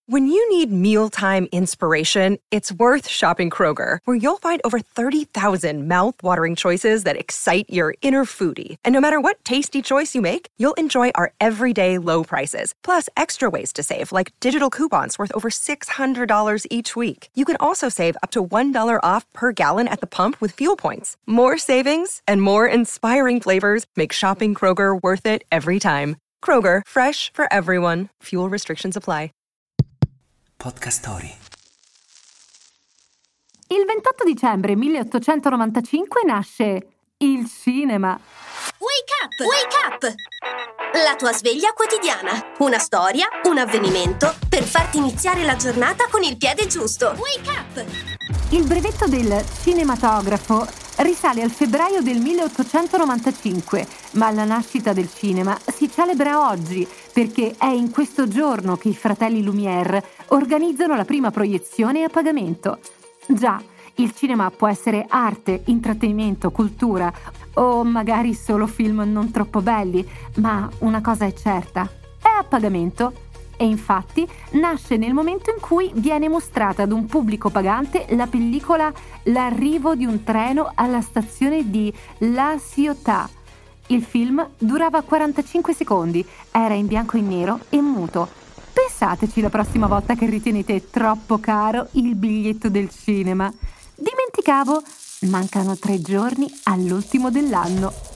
When you need mealtime inspiration, it's worth shopping Kroger, where you'll find over 30,000 mouth-watering choices that excite your inner foodie. And no matter what tasty choice you make, you'll enjoy our everyday low prices, plus extra ways to save, like digital coupons worth over $600 each week. You can also save up to $1 off per gallon at the pump with fuel points. More savings and more inspiring flavors make shopping Kroger worth it every time. Kroger, fresh for everyone. Fuel restrictions apply. Podcast Story. Il 28 dicembre 1895 nasce il cinema. Wake up! Wake up! La tua sveglia quotidiana. Una storia, un avvenimento per farti iniziare la giornata con il piede giusto. Wake up! Il brevetto del cinematografo risale al febbraio del 1895, ma la nascita del cinema si celebra oggi perché è in questo giorno che i fratelli Lumière organizzano la prima proiezione a pagamento. Già, il cinema può essere arte, intrattenimento, cultura o magari solo film non troppo belli, ma una cosa è certa, è a pagamento. E infatti nasce nel momento in cui viene mostrata ad un pubblico pagante la pellicola L'arrivo di un treno alla stazione di La Ciotat. Il film durava 45 secondi, era in bianco e nero e muto. Pensateci la prossima volta che ritenete troppo caro il biglietto del cinema. Dimenticavo, mancano 3 giorni all'ultimo dell'anno.